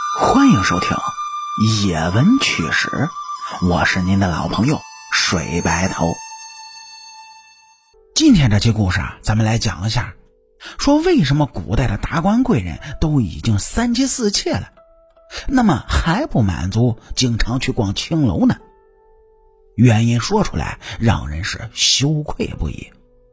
欢迎收听野闻趣史，我是您的老朋友水白头。今天这期故事咱们来讲一下，说为什么古代的达官贵人都已经三妻四妾了，那么还不满足，经常去逛青楼呢？原因说出来让人是羞愧不已。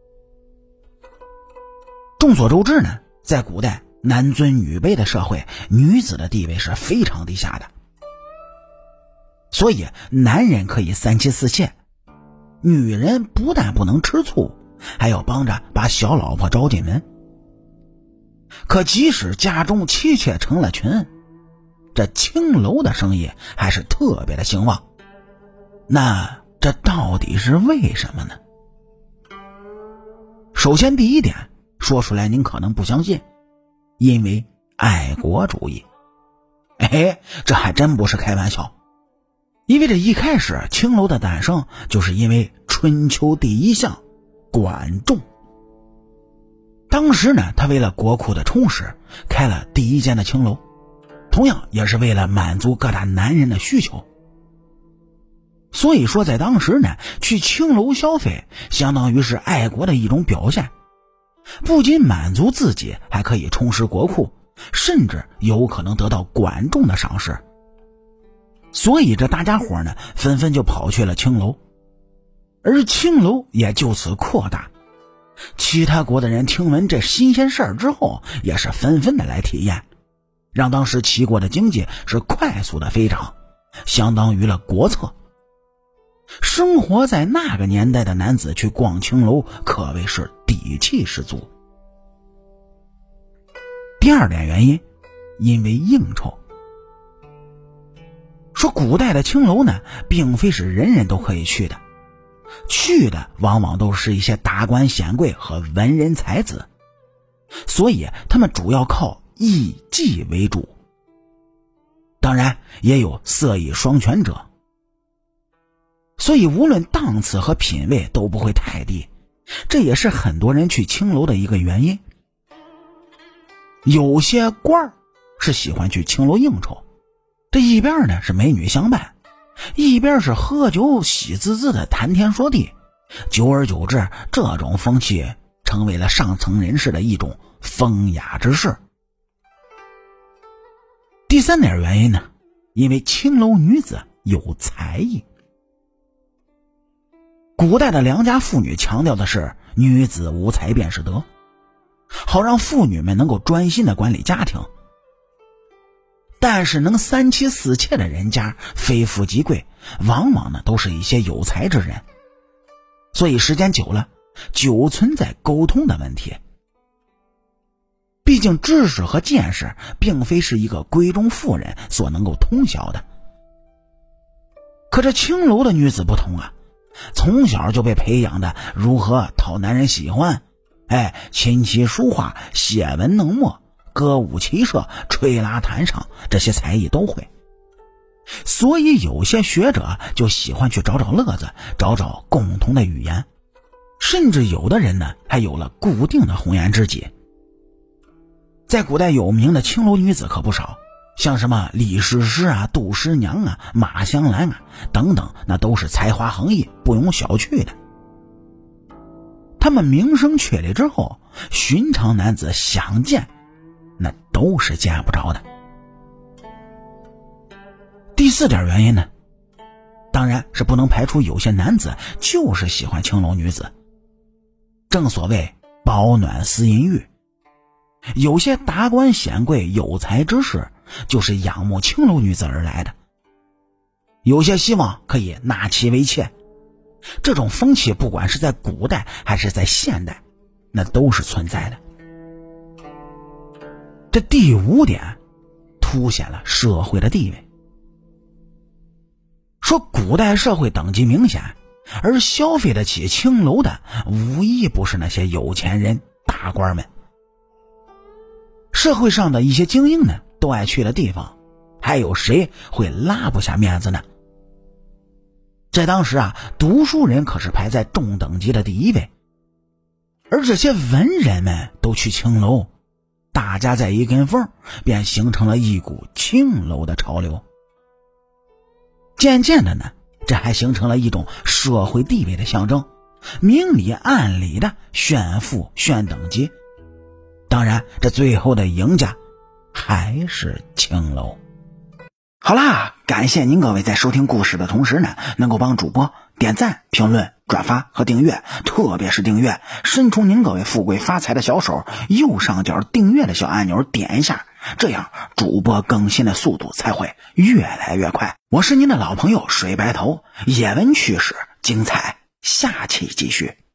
众所周知呢，在古代男尊女卑的社会，女子的地位是非常低下的，所以男人可以三妻四妾，女人不但不能吃醋，还要帮着把小老婆招进门。可即使家中妻妾成了群，这青楼的生意还是特别的兴旺。那这到底是为什么呢？首先第一点，说出来您可能不相信，因为爱国主义。这还真不是开玩笑。因为这一开始青楼的诞生，就是因为春秋第一相管仲。当时呢，他为了国库的充实，开了第一间的青楼，同样也是为了满足各大男人的需求。所以说在当时呢，去青楼消费相当于是爱国的一种表现，不仅满足自己，还可以充实国库，甚至有可能得到管仲的赏识。所以这大家伙呢，纷纷就跑去了青楼，而青楼也就此扩大。其他国的人听闻这新鲜事儿之后，也是纷纷的来体验，让当时齐国的经济是快速的飞涨，相当于了国策。生活在那个年代的男子去逛青楼，可谓是底气十足。第二点原因，因为应酬。说古代的青楼呢，并非是人人都可以去的，去的往往都是一些达官显贵和文人才子，所以他们主要靠艺妓为主，当然也有色艺双全者，所以无论档次和品味都不会太低，这也是很多人去青楼的一个原因。有些官儿是喜欢去青楼应酬，这一边呢是美女相伴，一边是喝酒喜滋滋的谈天说地，久而久之，这种风气成为了上层人士的一种风雅之事。第三点原因呢，因为青楼女子有才艺。古代的良家妇女强调的是女子无才便是德，好让妇女们能够专心的管理家庭。但是能三妻四妾的人家非富即贵，往往呢都是一些有才之人，所以时间久了就存在沟通的问题。毕竟知识和见识并非是一个闺中妇人所能够通晓的。可这青楼的女子不同啊，从小就被培养的如何讨男人喜欢，琴棋书画、写文弄墨、歌舞骑射、吹拉弹唱，这些才艺都会。所以有些学者就喜欢去找找乐子，找找共同的语言，甚至有的人呢还有了固定的红颜知己。在古代有名的青楼女子可不少，像什么李师师啊、杜师娘啊、马香兰啊等等，那都是才华横溢，不容小觑的。他们名声确立之后，寻常男子想见那都是见不着的。第四点原因呢，当然是不能排除有些男子就是喜欢青楼女子。正所谓饱暖思淫欲，有些达官显贵有才之士就是仰慕青楼女子而来的，有些希望可以纳其为妾。这种风气不管是在古代还是在现代，那都是存在的。这第五点凸显了社会的地位。说古代社会等级明显，而消费得起青楼的无一不是那些有钱人大官们。社会上的一些精英呢都爱去的地方，还有谁会拉不下面子呢？在当时啊，读书人可是排在中等级的第一位，而这些文人们都去青楼， 大家在一根缝，便形成了一股青楼的潮流。渐渐的呢，这还形成了一种社会地位的象征，明里暗里的炫富炫等级。当然，这最后的赢家还是青楼。好啦，感谢您各位在收听故事的同时呢，能够帮主播点赞、评论、转发和订阅，特别是订阅，伸出您各位富贵发财的小手，右上角订阅的小按钮点一下，这样主播更新的速度才会越来越快。我是您的老朋友水白头，野闻趣事精彩，下期继续。